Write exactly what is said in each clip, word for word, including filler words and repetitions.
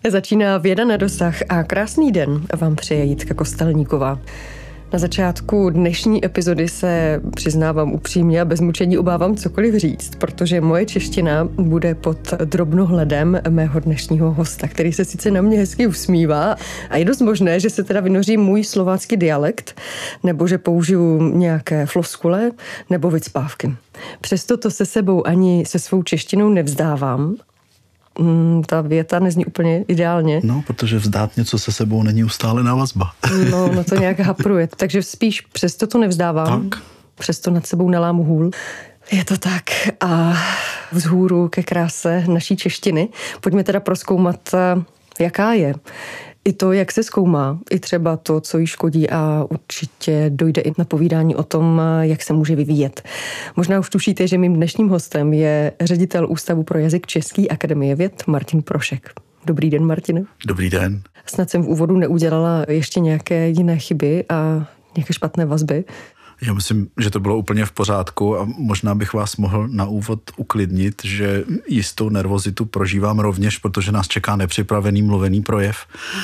Začíná Věda na dosah a krásný den vám přeje Jitka Kostelníková. Na začátku dnešní epizody se přiznávám upřímně a bez mučení obávám cokoliv říct, protože moje čeština bude pod drobnohledem mého dnešního hosta, který se sice na mě hezky usmívá a je dost možné, že se teda vynoří můj slovácký dialekt, nebo že použiju nějaké floskule nebo vycpávky. Přesto to se sebou ani se svou češtinou nevzdávám. Mm, ta věta nezní úplně ideálně. No, protože vzdát něco se sebou není ustálená vazba. No, no to nějak hapruje. Takže spíš přesto to nevzdávám. Tak. Přesto nad sebou nelámu hůl. Je to tak. A vzhůru ke kráse naší češtiny. Pojďme teda prozkoumat, jaká je. I to, jak se zkoumá, i třeba to, co jí škodí a určitě dojde i na povídání o tom, jak se může vyvíjet. Možná už tušíte, že mým dnešním hostem je ředitel Ústavu pro jazyk České akademie věd Martin Prošek. Dobrý den, Martine. Dobrý den. Snad jsem v úvodu neudělala ještě nějaké jiné chyby a nějaké špatné vazby. Já myslím, že to bylo úplně v pořádku a možná bych vás mohl na úvod uklidnit, že jistou nervozitu prožívám rovněž, protože nás čeká nepřipravený mluvený projev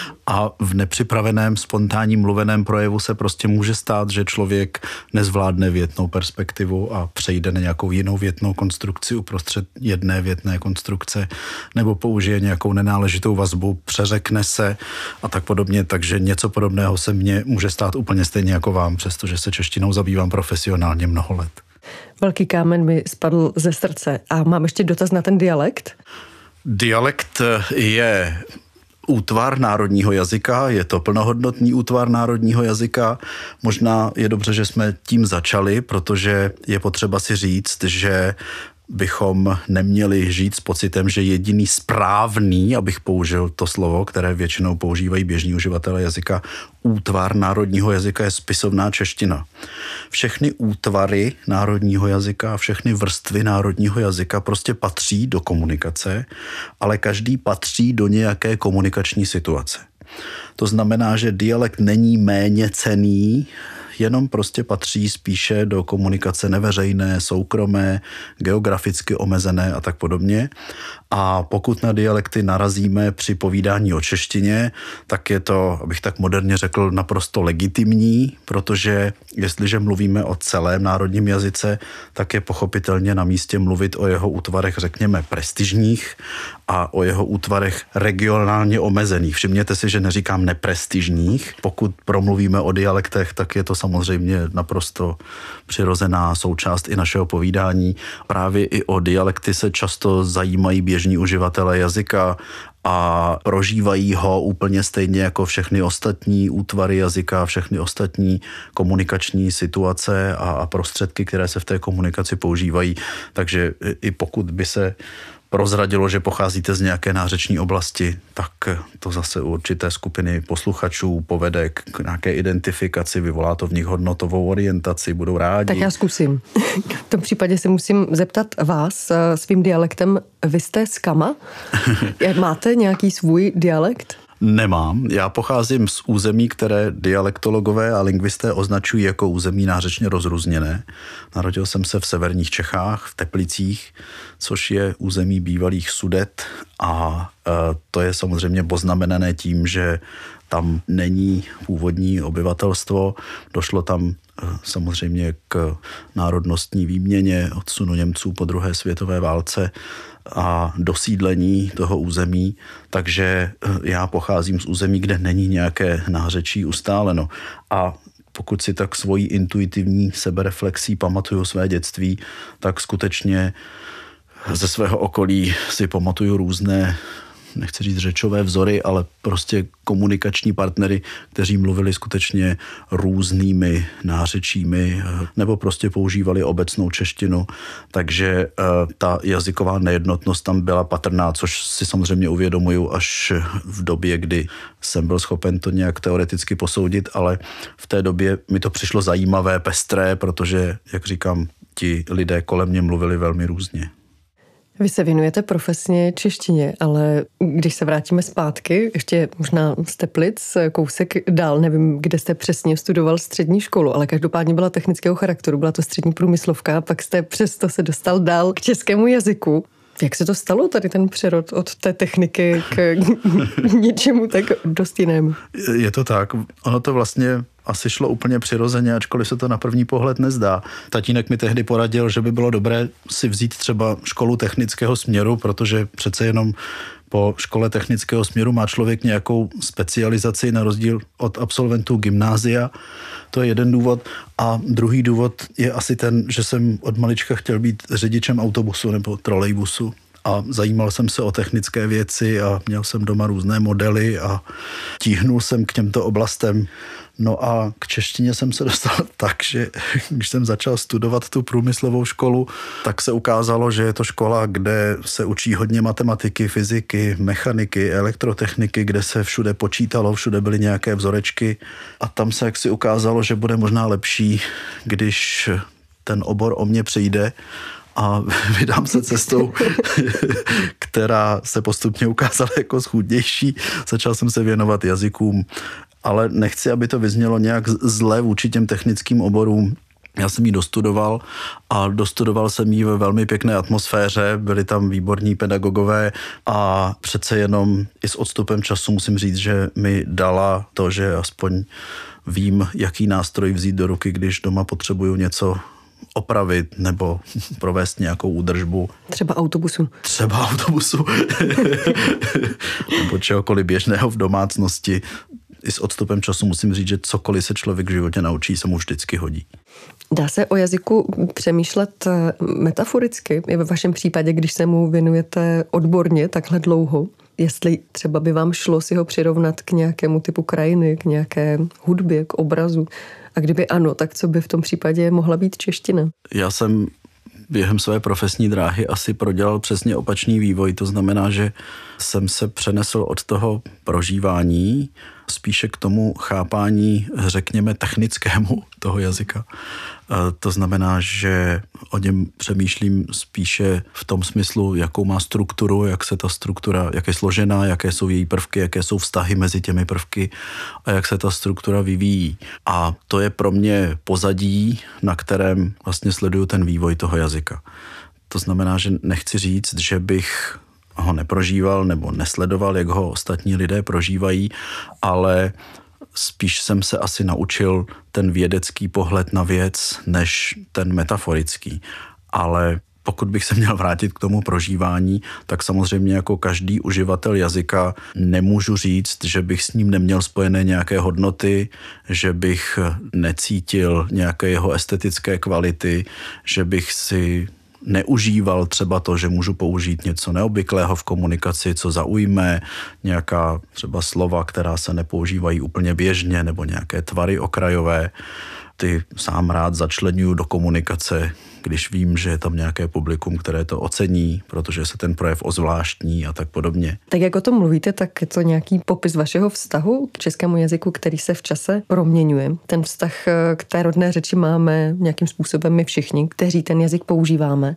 a v nepřipraveném spontánním mluveném projevu se prostě může stát, že člověk nezvládne větnou perspektivu a přejde na nějakou jinou větnou konstrukci uprostřed jedné větné konstrukce nebo použije nějakou nenáležitou vazbu, přeřekne se a tak podobně, takže něco podobného se mně může stát úplně stejně jako vám, přestože se češtinou zabývám profesionálně mnoho let. Velký kámen mi spadl ze srdce. A mám ještě dotaz na ten dialekt? Dialekt je útvar národního jazyka, je to plnohodnotný útvar národního jazyka. Možná je dobře, že jsme tím začali, protože je potřeba si říct, že bychom neměli žít s pocitem, že jediný správný, abych použil to slovo, které většinou používají běžní uživatelé jazyka, útvar národního jazyka je spisovná čeština. Všechny útvary národního jazyka, všechny vrstvy národního jazyka prostě patří do komunikace, ale každý patří do nějaké komunikační situace. To znamená, že dialekt není méně cenný, jenom prostě patří spíše do komunikace neveřejné, soukromé, geograficky omezené a tak podobně. A pokud na dialekty narazíme při povídání o češtině, tak je to, abych tak moderně řekl, naprosto legitimní, protože jestliže mluvíme o celém národním jazyce, tak je pochopitelně na místě mluvit o jeho útvarech, řekněme, prestižních a o jeho útvarech regionálně omezených. Všimněte si, že neříkám neprestižních. Pokud promluvíme o dialektech, tak je to samozřejmě naprosto přirozená součást i našeho povídání. Právě i o dialekty se často zajímají běžní uživatelé jazyka a prožívají ho úplně stejně jako všechny ostatní útvary jazyka, všechny ostatní komunikační situace a prostředky, které se v té komunikaci používají. Takže i pokud by se prozradilo, že pocházíte z nějaké nářeční oblasti, tak to zase u určité skupiny posluchačů povede k nějaké identifikaci, vyvolá to v nich hodnotovou orientaci, budou rádi. Tak já zkusím. V tom případě se musím zeptat vás svým dialektem. Vy jste z Kama? Máte nějaký svůj dialekt? Nemám. Já pocházím z území, které dialektologové a lingvisté označují jako území nářečně rozrůzněné. Narodil jsem se v severních Čechách, v Teplicích, což je území bývalých Sudet a e, to je samozřejmě poznamenané tím, že tam není původní obyvatelstvo, došlo tam samozřejmě k národnostní výměně, odsunu Němců po druhé světové válce a dosídlení toho území, takže já pocházím z území, kde není nějaké nářečí ustáleno. A pokud si tak svojí intuitivní sebereflexí pamatuju své dětství, tak skutečně ze svého okolí si pamatuju různé, nechci říct řečové vzory, ale prostě komunikační partnery, kteří mluvili skutečně různými nářečími nebo prostě používali obecnou češtinu. Takže ta jazyková nejednotnost tam byla patrná, což si samozřejmě uvědomuju až v době, kdy jsem byl schopen to nějak teoreticky posoudit, ale v té době mi to přišlo zajímavé, pestré, protože, jak říkám, ti lidé kolem mě mluvili velmi různě. Vy se věnujete profesně češtině, ale když se vrátíme zpátky, ještě možná z Teplic, kousek dál, nevím, kde jste přesně studoval střední školu, ale každopádně byla technického charakteru, byla to střední průmyslovka, a pak jste přesto se dostal dál k českému jazyku. Jak se to stalo, tady ten přerod od té techniky k něčemu tak dost jinému? Je to tak. Ono to vlastně asi šlo úplně přirozeně, ačkoliv se to na první pohled nezdá. Tatínek mi tehdy poradil, že by bylo dobré si vzít třeba školu technického směru, protože přece jenom po škole technického směru má člověk nějakou specializaci na rozdíl od absolventů gymnázia. To je jeden důvod. A druhý důvod je asi ten, že jsem od malička chtěl být řidičem autobusu nebo trolejbusu. A zajímal jsem se o technické věci a měl jsem doma různé modely a tíhnul jsem k těmto oblastem. No a k češtině jsem se dostal tak, že když jsem začal studovat tu průmyslovou školu, tak se ukázalo, že je to škola, kde se učí hodně matematiky, fyziky, mechaniky, elektrotechniky, kde se všude počítalo, všude byly nějaké vzorečky a tam se jaksi ukázalo, že bude možná lepší, když ten obor o mě přijde a vydám se cestou, která se postupně ukázala jako schůdnější. Začal jsem se věnovat jazykům, ale nechci, aby to vyznělo nějak zle vůči těm technickým oborům. Já jsem ji dostudoval a dostudoval jsem ji ve velmi pěkné atmosféře, byli tam výborní pedagogové a přece jenom i s odstupem času musím říct, že mi dala to, že aspoň vím, jaký nástroj vzít do ruky, když doma potřebuju něco opravit nebo provést nějakou údržbu. Třeba autobusu. Třeba autobusu. Nebo čehokoliv běžného v domácnosti. I s odstupem času musím říct, že cokoliv se člověk v životě naučí, se mu vždycky hodí. Dá se o jazyku přemýšlet metaforicky? I ve vašem případě, když se mu věnujete odborně takhle dlouho? Jestli třeba by vám šlo si ho přirovnat k nějakému typu krajiny, k nějaké hudbě, k obrazu? A kdyby ano, tak co by v tom případě mohla být čeština? Já jsem během své profesní dráhy asi prodělal přesně opačný vývoj. To znamená, že jsem se přenesl od toho prožívání spíše k tomu chápání, řekněme, technickému toho jazyka. To znamená, že o něm přemýšlím spíše v tom smyslu, jakou má strukturu, jak se ta struktura, jak je složená, jaké jsou její prvky, jaké jsou vztahy mezi těmi prvky a jak se ta struktura vyvíjí. A to je pro mě pozadí, na kterém vlastně sleduju ten vývoj toho jazyka. To znamená, že nechci říct, že bych ho neprožíval nebo nesledoval, jak ho ostatní lidé prožívají, ale spíš jsem se asi naučil ten vědecký pohled na věc, než ten metaforický. Ale pokud bych se měl vrátit k tomu prožívání, tak samozřejmě jako každý uživatel jazyka nemůžu říct, že bych s ním neměl spojené nějaké hodnoty, že bych necítil nějaké jeho estetické kvality, že bych si neužíval třeba to, že můžu použít něco neobvyklého v komunikaci, co zaujme, nějaká třeba slova, která se nepoužívají úplně běžně, nebo nějaké tvary okrajové. Ty sám rád začleňuju do komunikace, když vím, že je tam nějaké publikum, které to ocení, protože se ten projev ozvláštní a tak podobně. Tak jak o tom mluvíte, tak je to nějaký popis vašeho vztahu k českému jazyku, který se v čase proměňuje. Ten vztah k té rodné řeči máme nějakým způsobem my všichni, kteří ten jazyk používáme.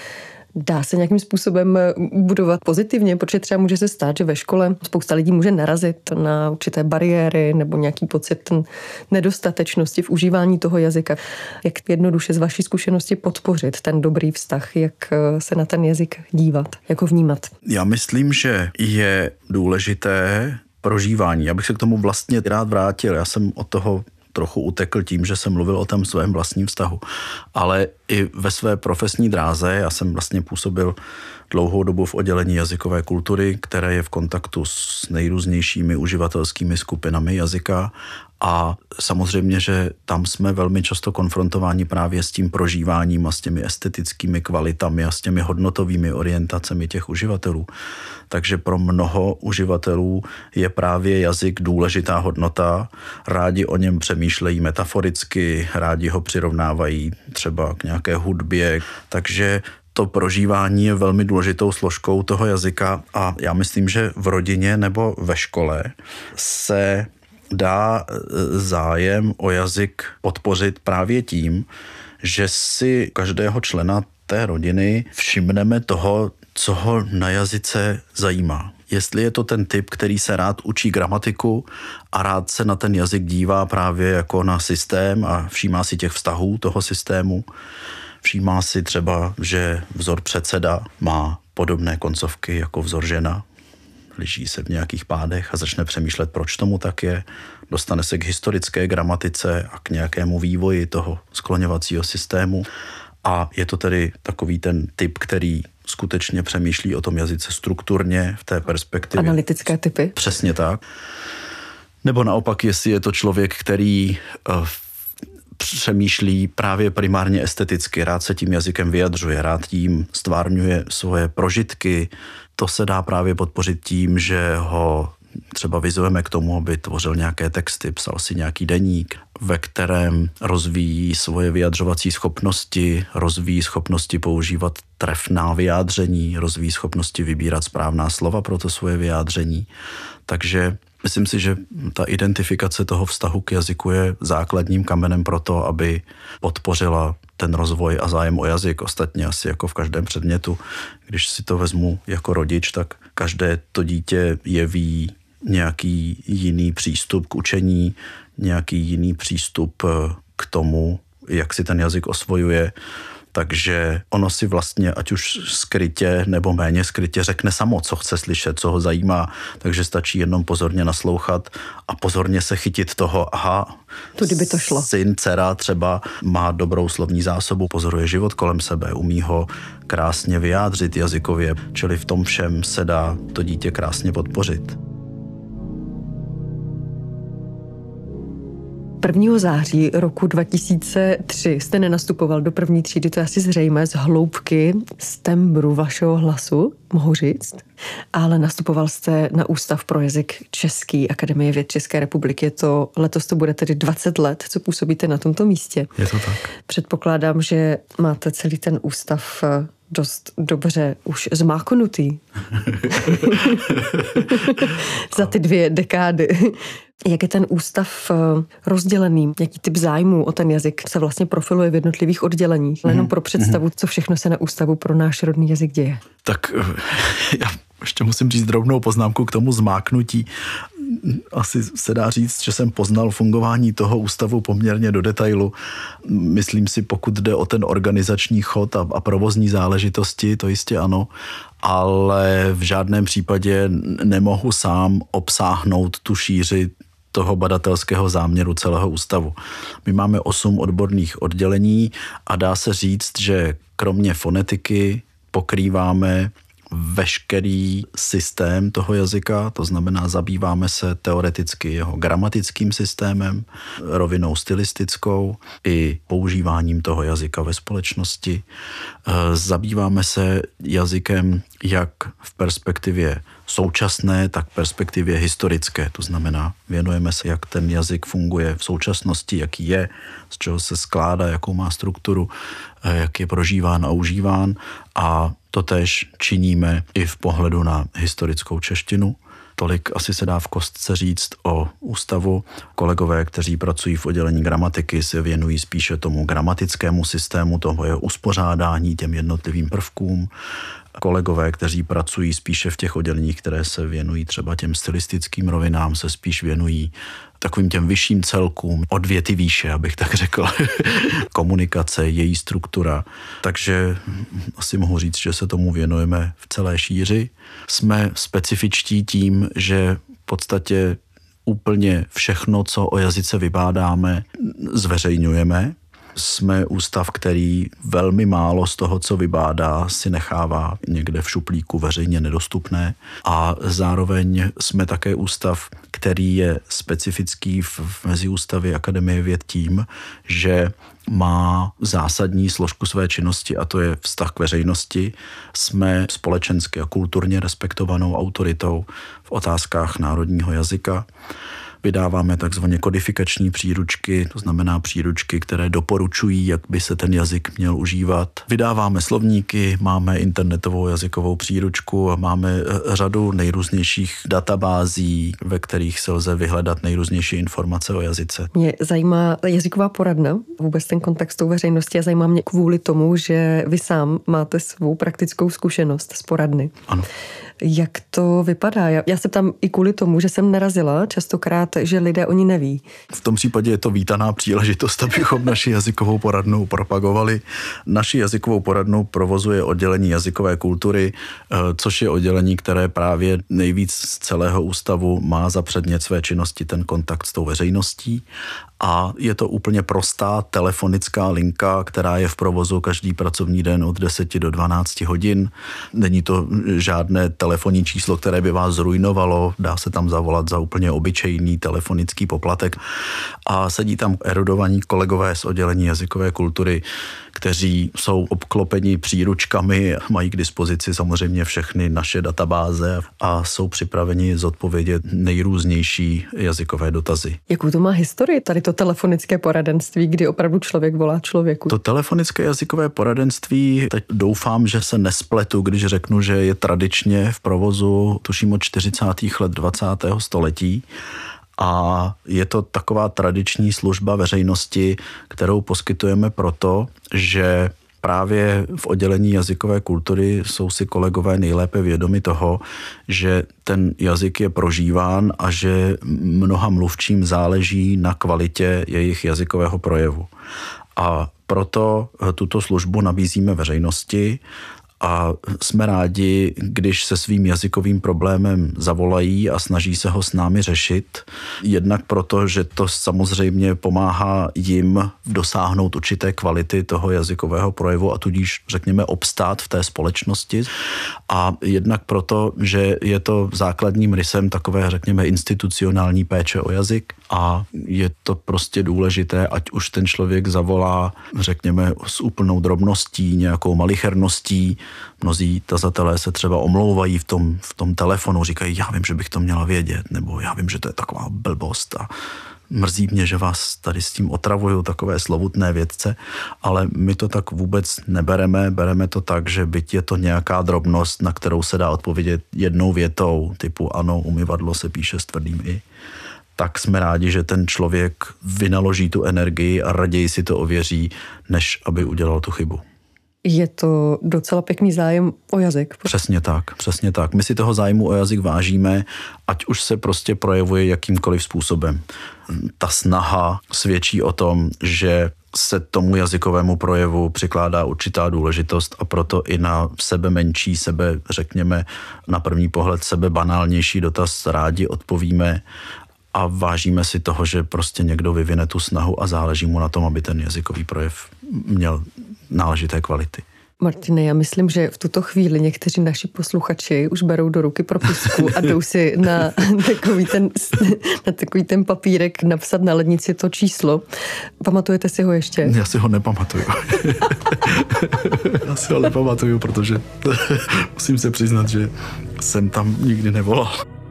Dá se nějakým způsobem budovat pozitivně, protože třeba může se stát, že ve škole spousta lidí může narazit na určité bariéry nebo nějaký pocit nedostatečnosti v užívání toho jazyka. Jak jednoduše z vaší zkušenosti podpořit ten dobrý vztah, jak se na ten jazyk dívat, jak ho vnímat? Já myslím, že je důležité prožívání. Já bych se k tomu vlastně rád vrátil. Já jsem od toho trochu utekl tím, že jsem mluvil o tom svém vlastním vztahu. Ale i ve své profesní dráze, já jsem vlastně působil dlouhou dobu v oddělení jazykové kultury, které je v kontaktu s nejrůznějšími uživatelskými skupinami jazyka a samozřejmě, že tam jsme velmi často konfrontováni právě s tím prožíváním a s těmi estetickými kvalitami a s těmi hodnotovými orientacemi těch uživatelů. Takže pro mnoho uživatelů je právě jazyk důležitá hodnota, rádi o něm přemýšlejí metaforicky, rádi ho přirovnávají třeba k nějaké hudbě, takže to prožívání je velmi důležitou složkou toho jazyka a já myslím, že v rodině nebo ve škole se dá zájem o jazyk podpořit právě tím, že si každého člena té rodiny všimneme toho, co ho na jazyce zajímá. Jestli je to ten typ, který se rád učí gramatiku a rád se na ten jazyk dívá právě jako na systém a všímá si těch vztahů toho systému. Všímá si třeba, že vzor předseda má podobné koncovky jako vzor žena. Liší se v nějakých pádech a začne přemýšlet, proč tomu tak je. Dostane se k historické gramatice a k nějakému vývoji toho skloňovacího systému. A je to tedy takový ten typ, který skutečně přemýšlí o tom jazyce strukturně v té perspektivě. Analytické typy. Přesně tak. Nebo naopak, jestli je to člověk, který uh, přemýšlí právě primárně esteticky, rád se tím jazykem vyjadřuje, rád tím stvárňuje svoje prožitky. To se dá právě podpořit tím, že ho třeba vyzveme k tomu, aby tvořil nějaké texty, psal si nějaký deník, ve kterém rozvíjí svoje vyjadřovací schopnosti, rozvíjí schopnosti používat trefná vyjádření, rozvíjí schopnosti vybírat správná slova pro to svoje vyjádření. Takže myslím si, že ta identifikace toho vztahu k jazyku je základním kamenem pro to, aby podpořila ten rozvoj a zájem o jazyk. Ostatně asi jako v každém předmětu, když si to vezmu jako rodič, tak každé to dítě jeví nějaký jiný přístup k učení, nějaký jiný přístup k tomu, jak si ten jazyk osvojuje. Takže ono si vlastně, ať už skrytě nebo méně skrytě, řekne samo, co chce slyšet, co ho zajímá, takže stačí jenom pozorně naslouchat a pozorně se chytit toho, aha, to kdyby to šlo. Syn, dcera třeba má dobrou slovní zásobu, pozoruje život kolem sebe, umí ho krásně vyjádřit jazykově, čili v tom všem se dá to dítě krásně podpořit. prvního září roku dva tisíce tři jste nenastupoval do první třídy, to je asi zřejmé, z hloubky, z tembru vašeho hlasu, mohu říct, ale nastupoval jste na Ústav pro jazyk český Akademie věd České republiky. Je to, letos to bude tedy dvacet let, co působíte na tomto místě. Je to tak. Předpokládám, že máte celý ten ústav dost dobře už zmáknutý. Za ty dvě dekády. Jak je ten ústav rozdělený? Jaký typ zájmů o ten jazyk se vlastně profiluje v jednotlivých odděleních? Mm-hmm. Jenom pro představu, co všechno se na ústavu pro náš rodný jazyk děje. Tak já ještě musím říct drobnou poznámku k tomu zmáknutí. Asi se dá říct, že jsem poznal fungování toho ústavu poměrně do detailu. Myslím si, pokud jde o ten organizační chod a, a provozní záležitosti, to jistě ano, ale v žádném případě nemohu sám obsáhnout tu šíři toho badatelského záměru celého ústavu. My máme osm odborných oddělení a dá se říct, že kromě fonetiky pokrýváme veškerý systém toho jazyka, to znamená zabýváme se teoreticky jeho gramatickým systémem, rovinou stylistickou i používáním toho jazyka ve společnosti. Zabýváme se jazykem jak v perspektivě současné, tak v perspektivě historické. To znamená, věnujeme se, jak ten jazyk funguje v současnosti, jaký je, z čeho se skládá, jakou má strukturu, jak je prožíván a užíván, a totéž činíme i v pohledu na historickou češtinu. Tolik asi se dá v kostce říct o ústavu. Kolegové, kteří pracují v oddělení gramatiky, se věnují spíše tomu gramatickému systému, toho jeho uspořádání, těm jednotlivým prvkům. Kolegové, kteří pracují spíše v těch odděleních, které se věnují třeba těm stylistickým rovinám, se spíš věnují takovým těm vyšším celkům, od věty výše, abych tak řekl. Komunikace, její struktura. Takže asi mohu říct, že se tomu věnujeme v celé šíři. Jsme specifičtí tím, že v podstatě úplně všechno, co o jazyce vybádáme, zveřejňujeme. Jsme ústav, který velmi málo z toho, co vybádá, si nechává někde v šuplíku veřejně nedostupné, a zároveň jsme také ústav, který je specifický v, v meziústavě Akademie věd tím, že má zásadní složku své činnosti, a to je vztah k veřejnosti. Jsme společensky a kulturně respektovanou autoritou v otázkách národního jazyka. Vydáváme takzvaně kodifikační příručky, to znamená příručky, které doporučují, jak by se ten jazyk měl užívat. Vydáváme slovníky, máme internetovou jazykovou příručku a máme řadu nejrůznějších databází, ve kterých se lze vyhledat nejrůznější informace o jazyce. Mě zajímá jazyková poradna, vůbec ten kontakt s tou veřejností, a zajímá mě kvůli tomu, že vy sám máte svou praktickou zkušenost z poradny. Ano. Jak to vypadá? Já, já se ptám i kvůli tomu, že jsem narazila častokrát, že lidé oni neví. V tom případě je to vítaná příležitost, abychom naši jazykovou poradnu propagovali. Naši jazykovou poradnu provozuje oddělení jazykové kultury, což je oddělení, které právě nejvíc z celého ústavu má za předmět své činnosti ten kontakt s tou veřejností. A je to úplně prostá telefonická linka, která je v provozu každý pracovní den od deseti do dvanácti hodin. Není to žádné telefonní číslo, které by vás zrujnovalo, dá se tam zavolat za úplně obyčejný telefonický poplatek. A sedí tam erudovaní kolegové z oddělení jazykové kultury, kteří jsou obklopeni příručkami, mají k dispozici samozřejmě všechny naše databáze a jsou připraveni zodpovědět nejrůznější jazykové dotazy. Jakou to má historii, tady to telefonické poradenství, kdy opravdu člověk volá člověku? To telefonické jazykové poradenství, teď doufám, že se nespletu, když řeknu, že je tradičně v provozu, tuším od čtyřicátých let dvacátého století. A je to taková tradiční služba veřejnosti, kterou poskytujeme proto, že právě v oddělení jazykové kultury jsou si kolegové nejlépe vědomi toho, že ten jazyk je prožíván a že mnoha mluvčím záleží na kvalitě jejich jazykového projevu. A proto tuto službu nabízíme veřejnosti a jsme rádi, když se svým jazykovým problémem zavolají a snaží se ho s námi řešit. Jednak proto, že to samozřejmě pomáhá jim dosáhnout určité kvality toho jazykového projevu a tudíž, řekněme, obstát v té společnosti. A jednak proto, že je to základním rysem takové, řekněme, institucionální péče o jazyk a je to prostě důležité, ať už ten člověk zavolá, řekněme, s úplnou drobností, nějakou malicherností. Mnozí tazatelé se třeba omlouvají v tom, v tom telefonu, říkají, já vím, že bych to měla vědět, nebo já vím, že to je taková blbost a mrzí mě, že vás tady s tím otravuju, takové slovutné vědce, ale my to tak vůbec nebereme, bereme to tak, že byť je to nějaká drobnost, na kterou se dá odpovědět jednou větou, typu ano, umyvadlo se píše s tvrdým i, tak jsme rádi, že ten člověk vynaloží tu energii a raději si to ověří, než aby udělal tu chybu. Je to docela pěkný zájem o jazyk. Přesně tak, přesně tak. My si toho zájmu o jazyk vážíme, ať už se prostě projevuje jakýmkoliv způsobem. Ta snaha svědčí o tom, že se tomu jazykovému projevu přikládá určitá důležitost a proto i na sebe menší, sebe, řekněme, na první pohled sebe banálnější dotaz rádi odpovíme a vážíme si toho, že prostě někdo vyvine tu snahu a záleží mu na tom, aby ten jazykový projev měl náležité kvality. Martine, já myslím, že v tuto chvíli někteří naši posluchači už berou do ruky propisku a jdou si na takový ten, na takový ten papírek napsat na lednici to číslo. Pamatujete si ho ještě? Já si ho nepamatuju. Já si ho nepamatuju, protože musím se přiznat, že jsem tam nikdy nevolal.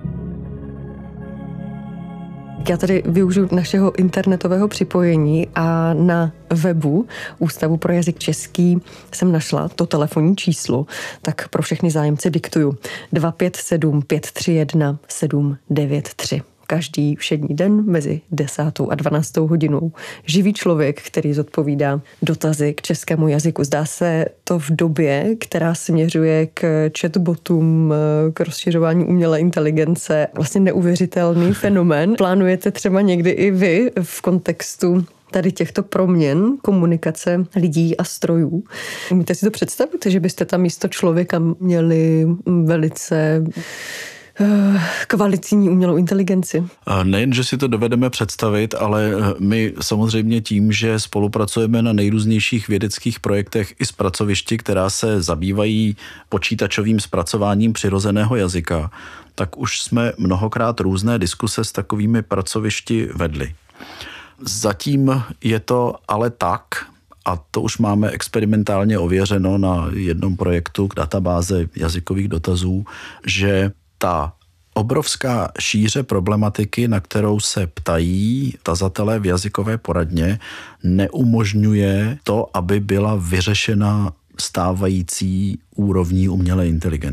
Já tady využiju našeho internetového připojení a na webu Ústavu pro jazyk český jsem našla to telefonní číslo, tak pro všechny zájemce diktuju dva pět sedm pět tři jedna sedm devět tři. Každý všední den mezi desátou a dvanáctou hodinou. Živý člověk, který zodpovídá dotazy k českému jazyku. Zdá se to v době, která směřuje k chatbotům, k rozšiřování umělé inteligence. Vlastně neuvěřitelný fenomén. Plánujete třeba někdy i vy v kontextu tady těchto proměn komunikace lidí a strojů. Umíte si to představit, že byste tam místo člověka měli velice kvalitní umělou inteligenci? Nejen, že si to dovedeme představit, ale my samozřejmě tím, že spolupracujeme na nejrůznějších vědeckých projektech i s pracovišti, která se zabývají počítačovým zpracováním přirozeného jazyka, tak už jsme mnohokrát různé diskuse s takovými pracovišti vedli. Zatím je to ale tak, a to už máme experimentálně ověřeno na jednom projektu k databáze jazykových dotazů, že ta obrovská šíře problematiky, na kterou se ptají tazatelé v jazykové poradně, neumožňuje to, aby byla vyřešena stávající úrovní umělé inteligence.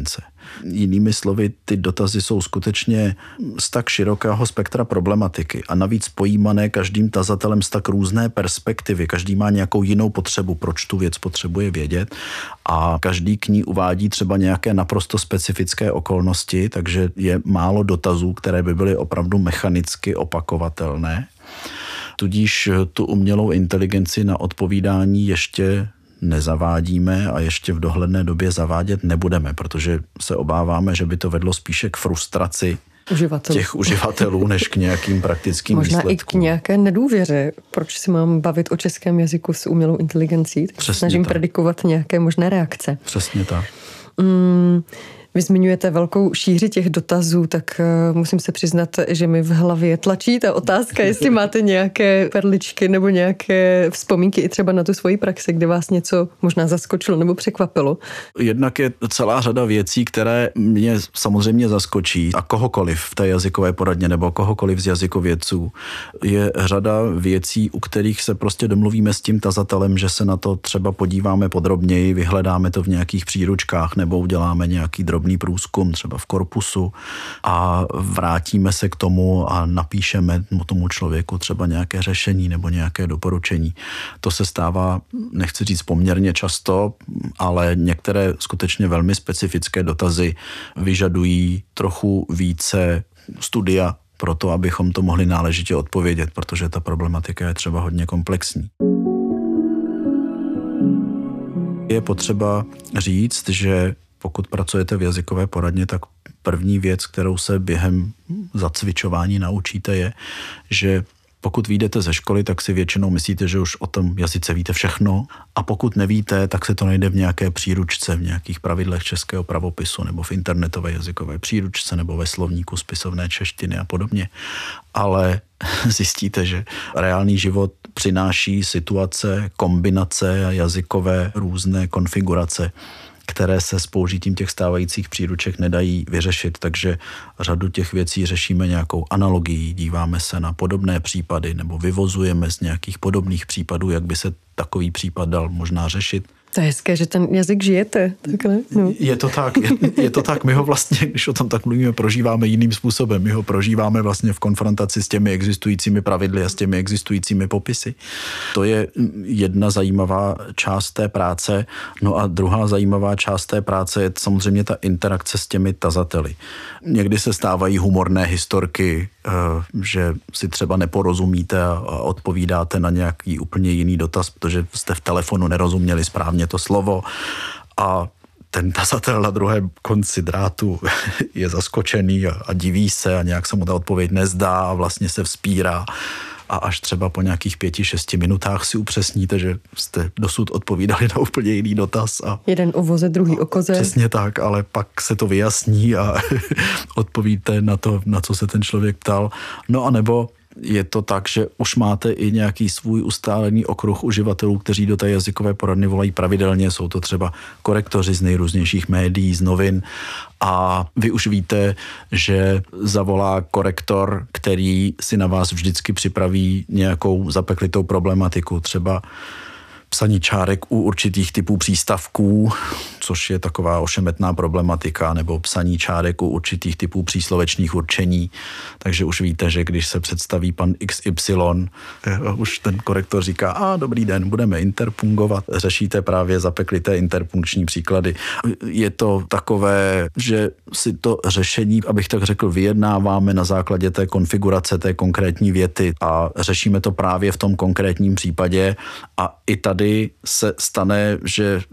Jinými slovy, ty dotazy jsou skutečně z tak širokého spektra problematiky a navíc pojímané každým tazatelem z tak různé perspektivy. Každý má nějakou jinou potřebu, proč tu věc potřebuje vědět a každý k ní uvádí třeba nějaké naprosto specifické okolnosti, takže je málo dotazů, které by byly opravdu mechanicky opakovatelné. Tudíž tu umělou inteligenci na odpovídání ještě nezavádíme a ještě v dohledné době zavádět nebudeme, protože se obáváme, že by to vedlo spíše k frustraci uživatelů. těch uživatelů, než k nějakým praktickým Možná výsledkům. Možná i k nějaké nedůvěře. Proč si mám bavit o českém jazyku s umělou inteligencí? Tak se snažím tak. predikovat nějaké možné reakce. Přesně tak. Mm, Vy zmiňujete velkou šíři těch dotazů, tak uh, musím se přiznat, že mi v hlavě tlačí ta otázka, jestli máte nějaké perličky nebo nějaké vzpomínky i třeba na tu svoji praxi, kde vás něco možná zaskočilo nebo překvapilo. Jednak je celá řada věcí, které mě samozřejmě zaskočí a kohokoliv v té jazykové poradně nebo kohokoliv z jazykovědců. Je řada věcí, u kterých se prostě domluvíme s tím tazatelem, že se na to třeba podíváme podrobněji, vyhledáme to v nějakých příručkách nebo uděláme nějaký drobný průzkum třeba v korpusu a vrátíme se k tomu a napíšeme tomu člověku třeba nějaké řešení nebo nějaké doporučení. To se stává, nechci říct poměrně často, ale některé skutečně velmi specifické dotazy vyžadují trochu více studia pro to, abychom to mohli náležitě odpovědět, protože ta problematika je třeba hodně komplexní. Je potřeba říct, že pokud pracujete v jazykové poradně, tak první věc, kterou se během zacvičování naučíte, je, že pokud vyjdete ze školy, tak si většinou myslíte, že už o tom jazyce víte všechno a pokud nevíte, tak se to najde v nějaké příručce, v nějakých pravidlech českého pravopisu nebo v internetové jazykové příručce nebo ve slovníku spisovné češtiny a podobně. Ale zjistíte, že reálný život přináší situace, kombinace a jazykové různé konfigurace, které se s použitím těch stávajících příruček nedají vyřešit, takže řadu těch věcí řešíme nějakou analogií, díváme se na podobné případy nebo vyvozujeme z nějakých podobných případů, jak by se takový případ dal možná řešit. To je hezké, že ten jazyk žijete. Takhle, no. Je to tak, je, je to tak. My ho vlastně, když o tom tak mluvíme, prožíváme jiným způsobem. My ho prožíváme vlastně v konfrontaci s těmi existujícími pravidly a s těmi existujícími popisy. To je jedna zajímavá část té práce. No a druhá zajímavá část té práce je samozřejmě ta interakce s těmi tazateli. Někdy se stávají humorné historky, že si třeba neporozumíte a odpovídáte na nějaký úplně jiný dotaz, protože jste v telefonu nerozuměli správně to slovo a ten tazatel na druhém konci drátu je zaskočený a, a diví se a nějak se mu ta odpověď nezdá a vlastně se vzpírá. A až třeba po nějakých pěti, šesti minutách si upřesníte, že jste dosud odpovídali na úplně jiný dotaz. A jeden o voze, druhý o koze. Přesně tak, ale pak se to vyjasní a odpovíte na to, na co se ten člověk ptal. No a nebo je to tak, že už máte i nějaký svůj ustálený okruh uživatelů, kteří do té jazykové poradny volají pravidelně. Jsou to třeba korektoři z nejrůznějších médií, z novin a vy už víte, že zavolá korektor, který si na vás vždycky připraví nějakou zapeklitou problematiku, třeba psaní čárek u určitých typů přístavků, což je taková ošemetná problematika, nebo psaní čárek u určitých typů příslovečných určení. Takže už víte, že když se představí pan iks ypsilon, už ten korektor říká, a dobrý den, budeme interpungovat. Řešíte právě zapeklité interpunkční příklady. Je to takové, že si to řešení, abych tak řekl, vyjednáváme na základě té konfigurace té konkrétní věty a řešíme to právě v tom konkrétním případě a i tady se stane, že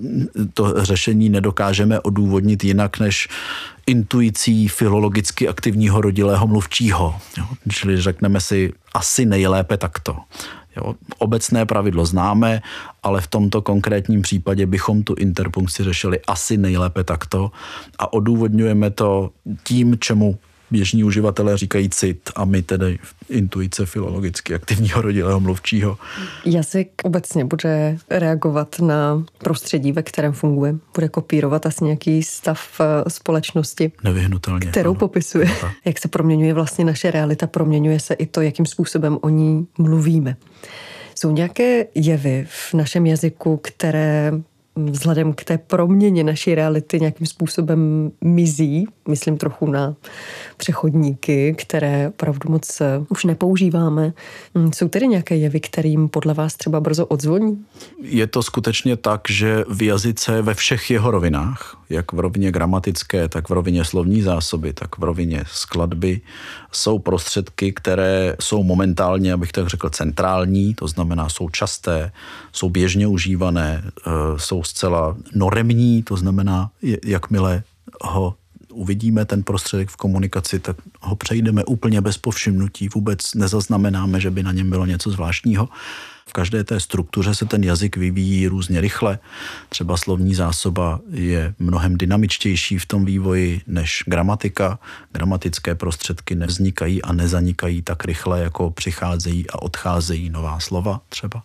to řešení nedokážeme odůvodnit jinak než intuicí filologicky aktivního rodilého mluvčího. Jo? Čili řekneme si asi nejlépe takto. Jo? Obecné pravidlo známe, ale v tomto konkrétním případě bychom tu interpunkci řešili asi nejlépe takto a odůvodňujeme to tím, čemu běžní uživatelé říkají cit a my tedy intuice filologicky aktivního rodilého mluvčího. Jazyk obecně bude reagovat na prostředí, ve kterém funguje. Bude kopírovat asi nějaký stav společnosti, nevyhnutelně, kterou ano. popisuje. Ano. Jak se proměňuje vlastně naše realita, proměňuje se i to, jakým způsobem o ní mluvíme. Jsou nějaké jevy v našem jazyku, které vzhledem k té proměně naší reality nějakým způsobem mizí. Myslím trochu na přechodníky, které opravdu moc už nepoužíváme. Jsou tedy nějaké jevy, kterým podle vás třeba brzo odzvoní? Je to skutečně tak, že v jazyce ve všech jeho rovinách, jak v rovině gramatické, tak v rovině slovní zásoby, tak v rovině skladby, jsou prostředky, které jsou momentálně, abych tak řekl, centrální, to znamená jsou časté, jsou běžně užívané, jsou zcela noremní, to znamená, jakmile ho uvidíme, ten prostředek v komunikaci, tak ho přejdeme úplně bez povšimnutí, vůbec nezaznamenáme, že by na něm bylo něco zvláštního. V každé té struktuře se ten jazyk vyvíjí různě rychle. Třeba slovní zásoba je mnohem dynamičtější v tom vývoji než gramatika. Gramatické prostředky nevznikají a nezanikají tak rychle, jako přicházejí a odcházejí nová slova třeba.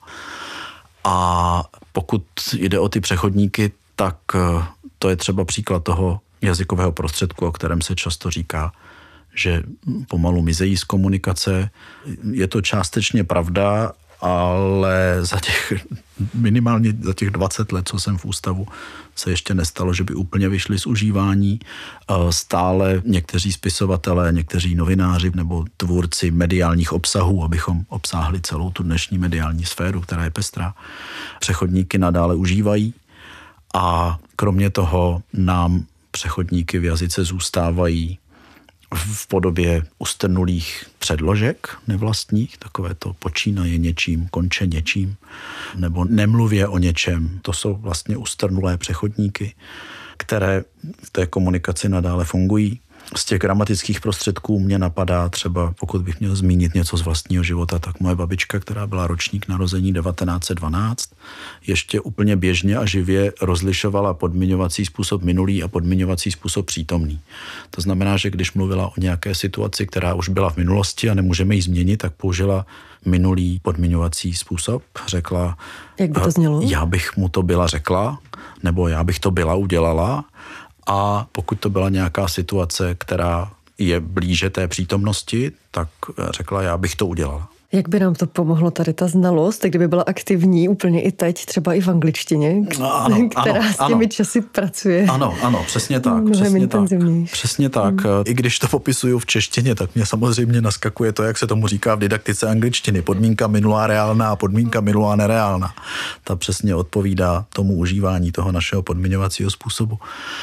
A pokud jde o ty přechodníky, tak to je třeba příklad toho jazykového prostředku, o kterém se často říká, že pomalu mizejí z komunikace. Je to částečně pravda, ale za těch, minimálně za těch dvacet let, co jsem v ústavu, se ještě nestalo, že by úplně vyšli z užívání. Stále někteří spisovatelé, někteří novináři nebo tvůrci mediálních obsahů, abychom obsáhli celou tu dnešní mediální sféru, která je pestrá, přechodníky nadále užívají. A kromě toho nám přechodníky v jazyce zůstávají v podobě ustrnulých předložek nevlastních, takové to počínaje něčím, konče něčím, nebo nemluvě o něčem. To jsou vlastně ustrnulé přechodníky, které v té komunikaci nadále fungují. Z těch gramatických prostředků mě napadá třeba, pokud bych měl zmínit něco z vlastního života, tak moje babička, která byla ročník narození devatenáct set dvanáct, ještě úplně běžně a živě rozlišovala podmiňovací způsob minulý a podmiňovací způsob přítomný. To znamená, že když mluvila o nějaké situaci, která už byla v minulosti a nemůžeme ji změnit, tak použila minulý podmiňovací způsob. Řekla, jak by to znělo? Já bych mu to byla řekla, nebo já bych to byla udělala. A pokud to byla nějaká situace, která je blíže té přítomnosti, tak řekla, já bych to udělala. Jak by nám to pomohlo tady ta znalost, kdyby byla aktivní úplně i teď, třeba i v angličtině, ano, která ano, s těmi ano. časy pracuje? Ano, ano, přesně tak. Přesně tak. Přesně tak. Hmm. I když to popisuju v češtině, tak mě samozřejmě naskakuje to, jak se tomu říká v didaktice angličtiny. Podmínka minulá reálná a podmínka minulá nereálná. Ta přesně odpovídá tomu užívání toho našeho podmiňovacího způsobu.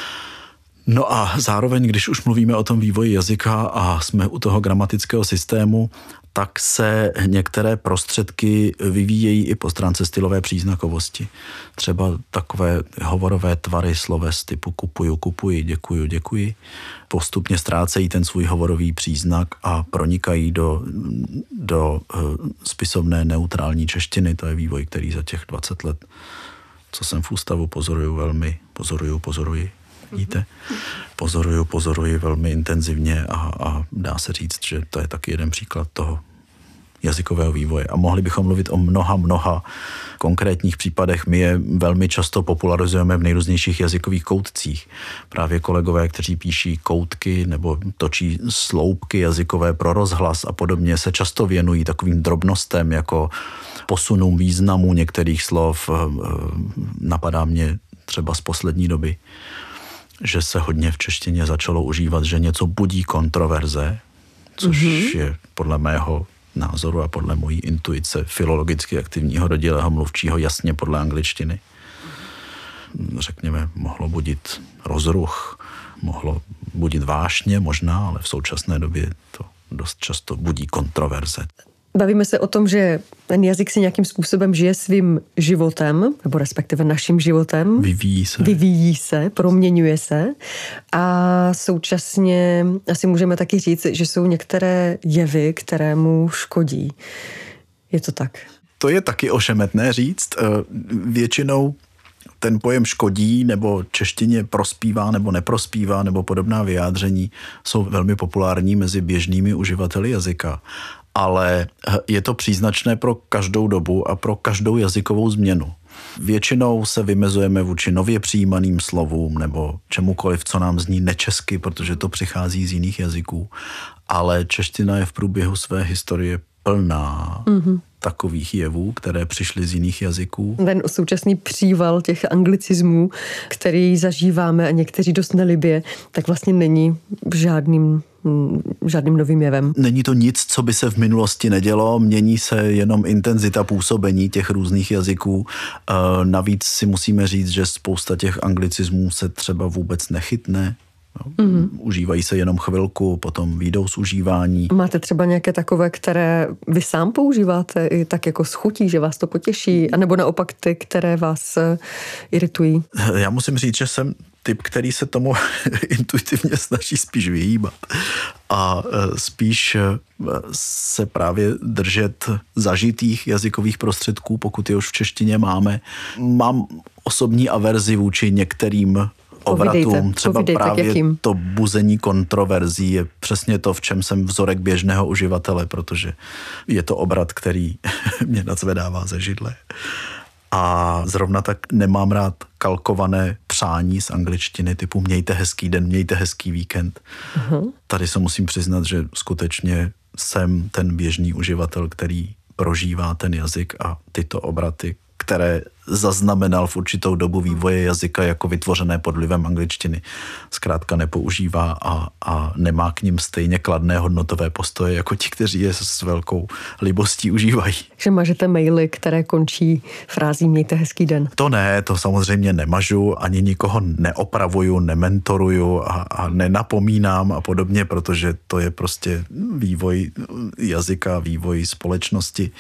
No a zároveň, když už mluvíme o tom vývoji jazyka a jsme u toho gramatického systému, tak se některé prostředky vyvíjejí i po stránce stylové příznakovosti. Třeba takové hovorové tvary sloves typu kupuju, kupuji, děkuju, děkuji. Postupně ztrácejí ten svůj hovorový příznak a pronikají do, do spisovné neutrální češtiny. To je vývoj, který za těch dvacet let, co jsem v ústavu, pozoruju velmi, pozoruju, pozoruji. Vidíte? Pozoruju, pozoruji velmi intenzivně a, a dá se říct, že to je taky jeden příklad toho jazykového vývoje. A mohli bychom mluvit o mnoha, mnoha konkrétních případech. My je velmi často popularizujeme v nejrůznějších jazykových koutcích. Právě kolegové, kteří píší koutky nebo točí sloupky jazykové pro rozhlas a podobně, se často věnují takovým drobnostem jako posunům významu některých slov. Napadá mě třeba z poslední doby, že se hodně v češtině začalo užívat, že něco budí kontroverze, což mm-hmm. je podle mého názoru a podle mojí intuice filologicky aktivního rodilého mluvčího jasně podle angličtiny. Řekněme, mohlo budit rozruch, mohlo budit vášně možná, ale v současné době to dost často budí kontroverze. Bavíme se o tom, že ten jazyk si nějakým způsobem žije svým životem, nebo respektive naším životem. Vyvíjí se. Vyvíjí se, proměňuje se. A současně asi můžeme taky říct, že jsou některé jevy, které mu škodí. Je to tak? To je taky ošemetné říct. Většinou ten pojem škodí, nebo češtině prospívá, nebo neprospívá, nebo podobná vyjádření jsou velmi populární mezi běžnými uživateli jazyka. Ale je to příznačné pro každou dobu a pro každou jazykovou změnu. Většinou se vymezujeme vůči nově přijímaným slovům nebo čemukoliv, co nám zní nečesky, protože to přichází z jiných jazyků. Ale čeština je v průběhu své historie plná, mm-hmm. takových jevů, které přišly z jiných jazyků. Ten současný příval těch anglicismů, který zažíváme a někteří dost nelibě, tak vlastně není žádným žádným novým jevem. Není to nic, co by se v minulosti nedělo, mění se jenom intenzita působení těch různých jazyků. Navíc si musíme říct, že spousta těch anglicismů se třeba vůbec nechytne. Mm-hmm. Užívají se jenom chvilku, potom výjdou z užívání. Máte třeba nějaké takové, které vy sám používáte i tak jako s chutí, že vás to potěší, anebo naopak ty, které vás iritují? Já musím říct, že jsem typ, který se tomu intuitivně snaží spíš vyhýbat a spíš se právě držet zažitých jazykových prostředků, pokud je už v češtině máme. Mám osobní averzi vůči některým obratům, povídejte, třeba povídejte, právě to buzení kontroverzí je přesně to, v čem jsem vzorek běžného uživatele, protože je to obrat, který mě nadzvedává ze židle. A zrovna tak nemám rád kalkované přání z angličtiny typu mějte hezký den, mějte hezký víkend. Uh-huh. Tady se musím přiznat, že skutečně jsem ten běžný uživatel, který prožívá ten jazyk a tyto obraty, které zaznamenal v určitou dobu vývoje jazyka jako vytvořené pod vlivem angličtiny, zkrátka nepoužívá a, a nemá k nim stejně kladné hodnotové postoje jako ti, kteří je s velkou libostí užívají. Že mažete maily, které končí frází mějte hezký den. To ne, to samozřejmě nemažu, ani nikoho neopravuju, nementoruju a, a nenapomínám a podobně, protože to je prostě vývoj jazyka, vývoj společnosti,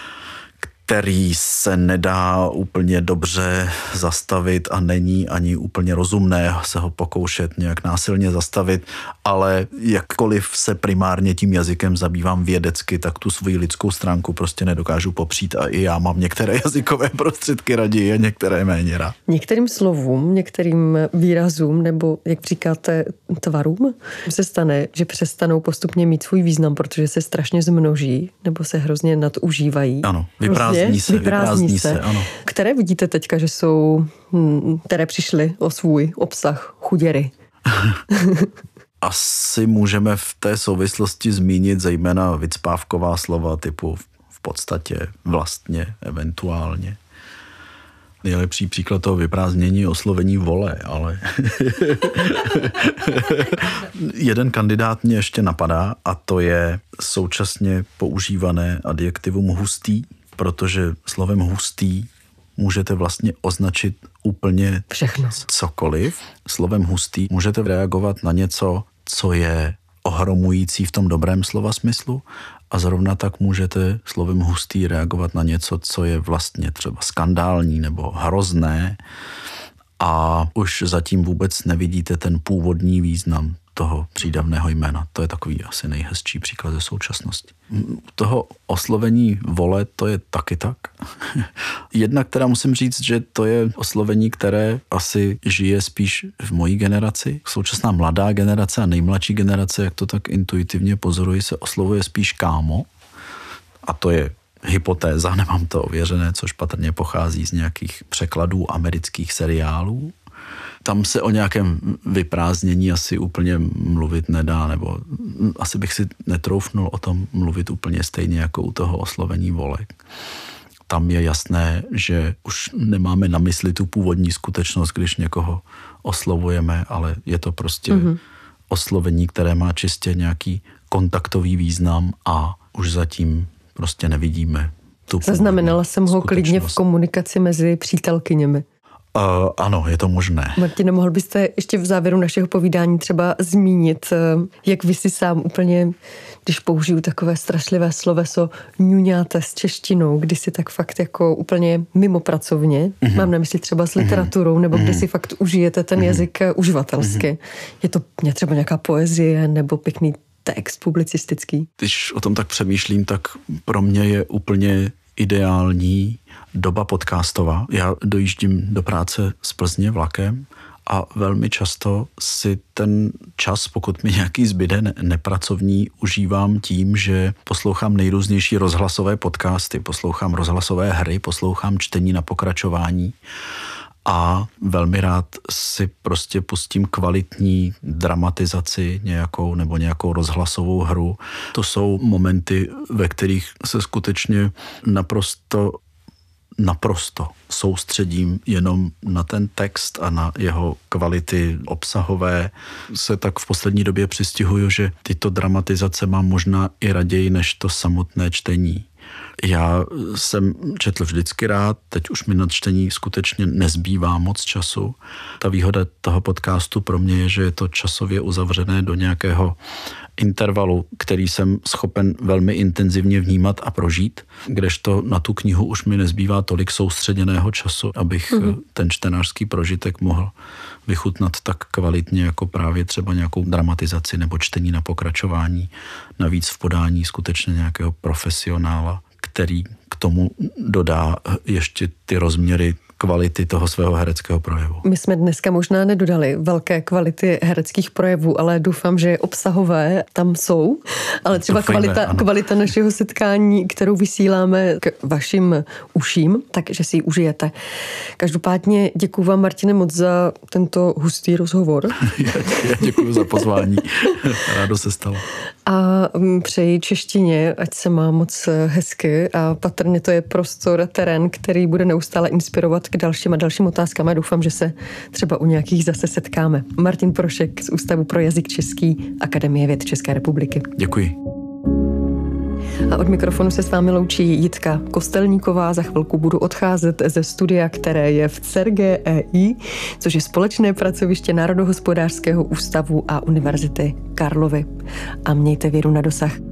který se nedá úplně dobře zastavit a není ani úplně rozumné se ho pokoušet nějak násilně zastavit, ale jakkoliv se primárně tím jazykem zabývám vědecky, tak tu svoji lidskou stránku prostě nedokážu popřít a i já mám některé jazykové prostředky raději a některé méně rád. Některým slovům, některým výrazům nebo, jak říkáte, tvarům se stane, že přestanou postupně mít svůj význam, protože se strašně zmnoží nebo se hrozně nadužívají. Ano, vyprázdní se, vyprázdní, vyprázdní se, ano. Které vidíte teďka, že jsou, které přišly o svůj obsah chuděry? Asi můžeme v té souvislosti zmínit zejména vycpávková slova typu v podstatě, vlastně, eventuálně. Nejlepší příklad toho vyprázdnění je oslovení vole, ale jeden kandidát mě ještě napadá a to je současně používané adjektivum hustý, protože slovem hustý můžete vlastně označit úplně všechno. Cokoliv. Slovem hustý můžete reagovat na něco, co je ohromující v tom dobrém slova smyslu a zrovna tak můžete slovem hustý reagovat na něco, co je vlastně třeba skandální nebo hrozné a už zatím vůbec nevidíte ten původní význam toho přídavného jména. To je takový asi nejhezčí příklad ze současnosti. Toho oslovení vole, to je taky tak. Jedna, která musím říct, že to je oslovení, které asi žije spíš v mojí generaci. Současná mladá generace a nejmladší generace, jak to tak intuitivně pozoruji, se oslovuje spíš kámo. A to je hypotéza, nemám to ověřené, což patrně pochází z nějakých překladů amerických seriálů. Tam se o nějakém vyprázdnění asi úplně mluvit nedá, nebo asi bych si netroufnul o tom mluvit úplně stejně jako u toho oslovení volek. Tam je jasné, že už nemáme na mysli tu původní skutečnost, když někoho oslovujeme, ale je to prostě mm-hmm. oslovení, které má čistě nějaký kontaktový význam a už zatím prostě nevidíme tu Zaznamenala jsem ho klidně v komunikaci mezi přítelkyněmi. Uh, ano, je to možné. Martine, mohl byste ještě v závěru našeho povídání třeba zmínit, jak vy si sám úplně, když použiju takové strašlivé sloveso, ňuňáte s češtinou, kdy si tak fakt jako úplně mimo pracovně, mm-hmm. mám na mysli třeba s literaturou, nebo mm-hmm. kdy si fakt užijete ten mm-hmm. jazyk uživatelsky. Mm-hmm. Je to třeba nějaká poezie nebo pěkný text publicistický? Když o tom tak přemýšlím, tak pro mě je úplně ideální doba podcastová. Já dojíždím do práce z Plzně vlakem a velmi často si ten čas, pokud mi nějaký zbyde ne- nepracovní, užívám tím, že poslouchám nejrůznější rozhlasové podcasty, poslouchám rozhlasové hry, poslouchám čtení na pokračování a velmi rád si prostě pustím kvalitní dramatizaci nějakou nebo nějakou rozhlasovou hru. To jsou momenty, ve kterých se skutečně naprosto naprosto soustředím jenom na ten text a na jeho kvality obsahové. Se tak v poslední době přistihuju, že tyto dramatizace mám možná i raději než to samotné čtení. Já jsem četl vždycky rád, teď už mi na čtení skutečně nezbývá moc času. Ta výhoda toho podcastu pro mě je, že je to časově uzavřené do nějakého intervalu, který jsem schopen velmi intenzivně vnímat a prožít, kdežto na tu knihu už mi nezbývá tolik soustředěného času, abych mm-hmm. ten čtenářský prožitek mohl vychutnat tak kvalitně jako právě třeba nějakou dramatizaci nebo čtení na pokračování, navíc v podání skutečně nějakého profesionála, který k tomu dodá ještě ty rozměry kvality toho svého hereckého projevu. My jsme dneska možná nedodali velké kvality hereckých projevů, ale doufám, že obsahové tam jsou. Ale třeba Doufejme, kvalita, kvalita našeho setkání, kterou vysíláme k vašim uším, takže si ji užijete. Každopádně děkuji vám, Martine, moc za tento hustý rozhovor. Já, já děkuji za pozvání. Rádo se stalo. A přeji češtině, ať se má moc hezky a patrně to je prostor a terén, který bude neustále inspirovat k dalším a dalším otázkám a doufám, že se třeba u nějakých zase setkáme. Martin Prošek z Ústavu pro jazyk český Akademie věd České republiky. Děkuji. A od mikrofonu se s vámi loučí Jitka Kostelníková. Za chvilku budu odcházet ze studia, které je v C E R G E I, což je společné pracoviště Národohospodářského ústavu a Univerzity Karlovy. A mějte věru na dosah.